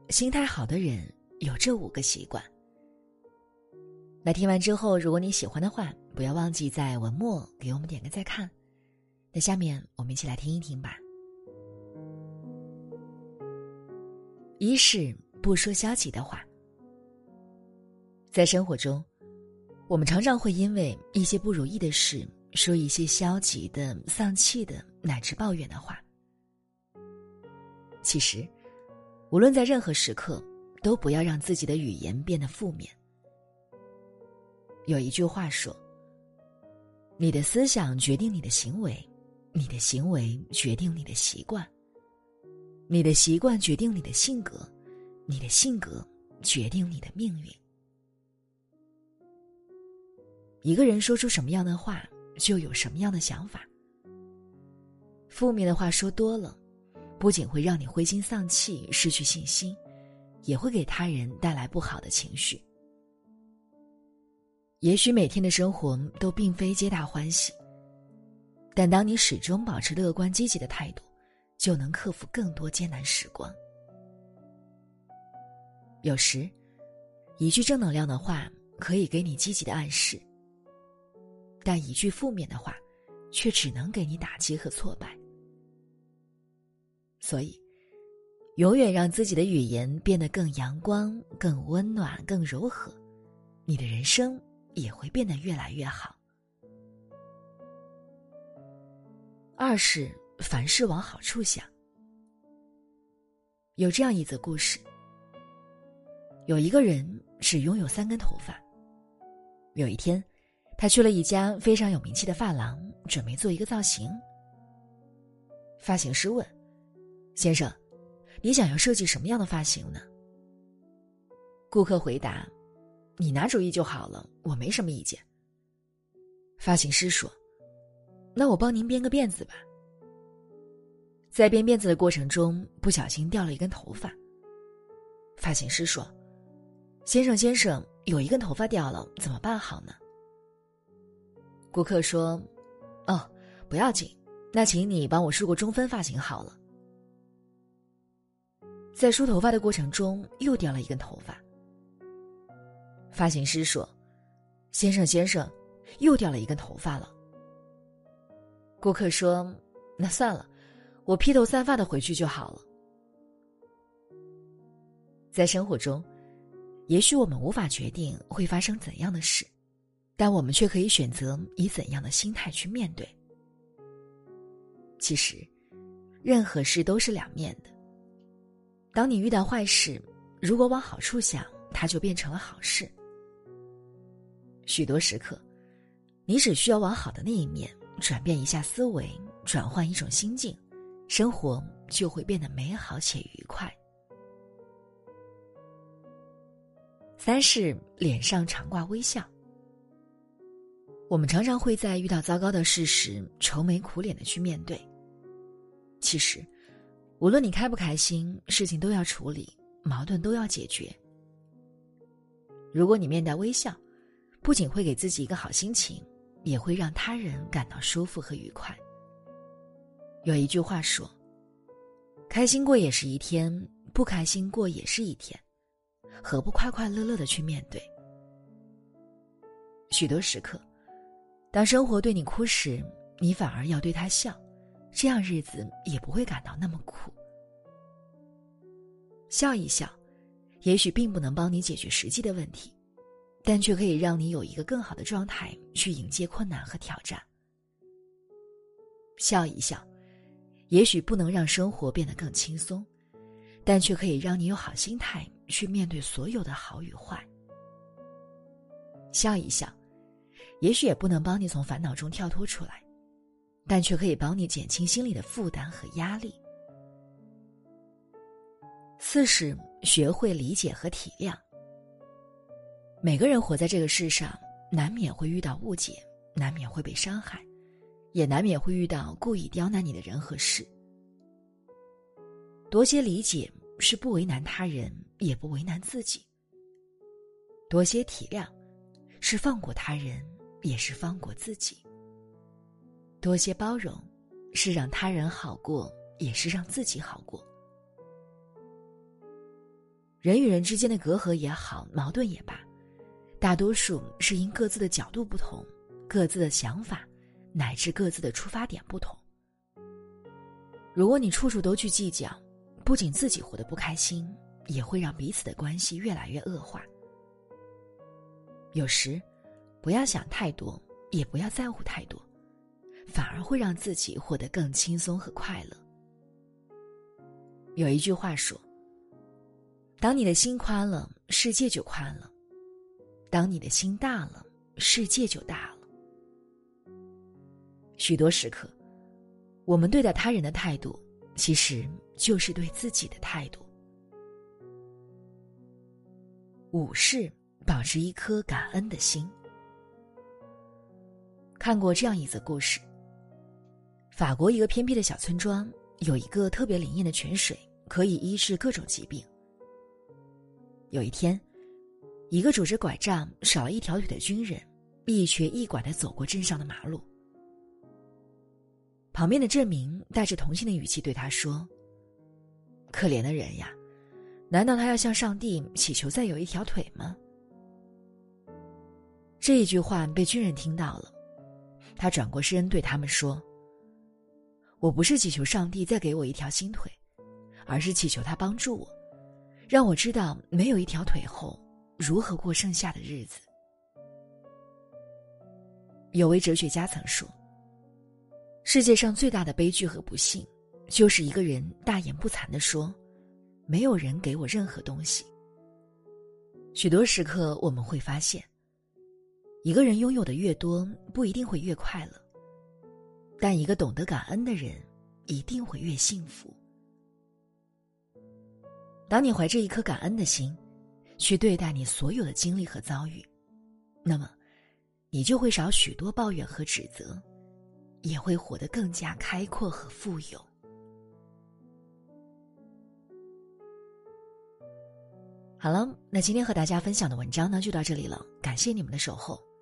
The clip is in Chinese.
心态好的人有这5个习惯。那听完之后，如果你喜欢的话，不要忘记在文末给我们点个再看。那下面我们一起来听一听吧。一是不说消极的话。在生活中，我们常常会因为一些不如意的事，说一些消极的、丧气的，乃至抱怨的话。其实，无论在任何时刻，都不要让自己的语言变得负面。有一句话说，你的思想决定你的行为，你的行为决定你的习惯，你的习惯决定你的性格，你的性格决定你的命运。一个人说出什么样的话，就有什么样的想法。负面的话说多了，不仅会让你灰心丧气，失去信心，也会给他人带来不好的情绪。也许每天的生活都并非皆大欢喜，但当你始终保持乐观积极的态度，就能克服更多艰难时光。有时，一句正能量的话可以给你积极的暗示，但一句负面的话却只能给你打击和挫败。所以，永远让自己的语言变得更阳光、更温暖、更柔和，你的人生也会变得越来越好。二是凡事往好处想。有这样一则故事，有一个人只拥有3根头发。有一天，他去了一家非常有名气的发廊，准备做一个造型。发型师问，先生，你想要设计什么样的发型呢？顾客回答，你拿主意就好了，我没什么意见。发型师说，那我帮您编个辫子吧。在编辫子的过程中，不小心掉了一根头发。发型师说，先生，有一根头发掉了，怎么办好呢？顾客说，哦，不要紧，那请你帮我梳个中分发型好了。在梳头发的过程中，又掉了一根头发。发型师说，先生，又掉了一根头发了。顾客说，那算了，我披头散发的回去就好了。在生活中，也许我们无法决定会发生怎样的事，但我们却可以选择以怎样的心态去面对。其实，任何事都是两面的。当你遇到坏事，如果往好处想，它就变成了好事。许多时刻，你只需要往好的那一面转变一下思维，转换一种心境，生活就会变得美好且愉快。三是脸上常挂微笑。我们常常会在遇到糟糕的事时愁眉苦脸的去面对。其实，无论你开不开心，事情都要处理，矛盾都要解决。如果你面带微笑，不仅会给自己一个好心情，也会让他人感到舒服和愉快。有一句话说，开心过也是一天，不开心过也是一天，何不快快乐乐地去面对？许多时刻，当生活对你哭时，你反而要对他笑，这样日子也不会感到那么苦。笑一笑，也许并不能帮你解决实际的问题，但却可以让你有一个更好的状态去迎接困难和挑战。笑一笑，也许不能让生活变得更轻松，但却可以让你有好心态去面对所有的好与坏。笑一笑，也许也不能帮你从烦恼中跳脱出来，但却可以帮你减轻心里的负担和压力。四是学会理解和体谅。每个人活在这个世上，难免会遇到误解，难免会被伤害，也难免会遇到故意刁难你的人和事。多些理解是不为难他人，也不为难自己。多些体谅是放过他人，也是放过自己。多些包容是让他人好过，也是让自己好过。 人与人之间的隔阂也好，矛盾也罢，大多数是因各自的角度不同，各自的想法，乃至各自的出发点不同。如果你处处都去计较，不仅自己活得不开心，也会让彼此的关系越来越恶化。有时，不要想太多，也不要在乎太多，反而会让自己活得更轻松和快乐。有一句话说，当你的心宽了，世界就宽了；当你的心大了，世界就大了。许多时刻，我们对待他人的态度，其实就是对自己的态度。五是保持一颗感恩的心。看过这样一则故事，法国一个偏僻的小村庄，有一个特别灵验的泉水，可以医治各种疾病。有一天，一个拄着拐杖少了一条腿的军人，一瘸一拐地走过镇上的马路。旁边的镇民带着同情的语气对他说，可怜的人呀，难道他要向上帝祈求再有一条腿吗？这一句话被军人听到了，他转过身对他们说，我不是祈求上帝再给我一条新腿，而是祈求他帮助我，让我知道没有一条腿后如何过剩下的日子。有位哲学家曾说，世界上最大的悲剧和不幸，就是一个人大言不惭地说，没有人给我任何东西。许多时刻我们会发现，一个人拥有的越多，不一定会越快乐，但一个懂得感恩的人，一定会越幸福。当你怀着一颗感恩的心，去对待你所有的经历和遭遇，那么，你就会少许多抱怨和指责，也会活得更加开阔和富有。好了，那今天和大家分享的文章呢，就到这里了，感谢你们的守候。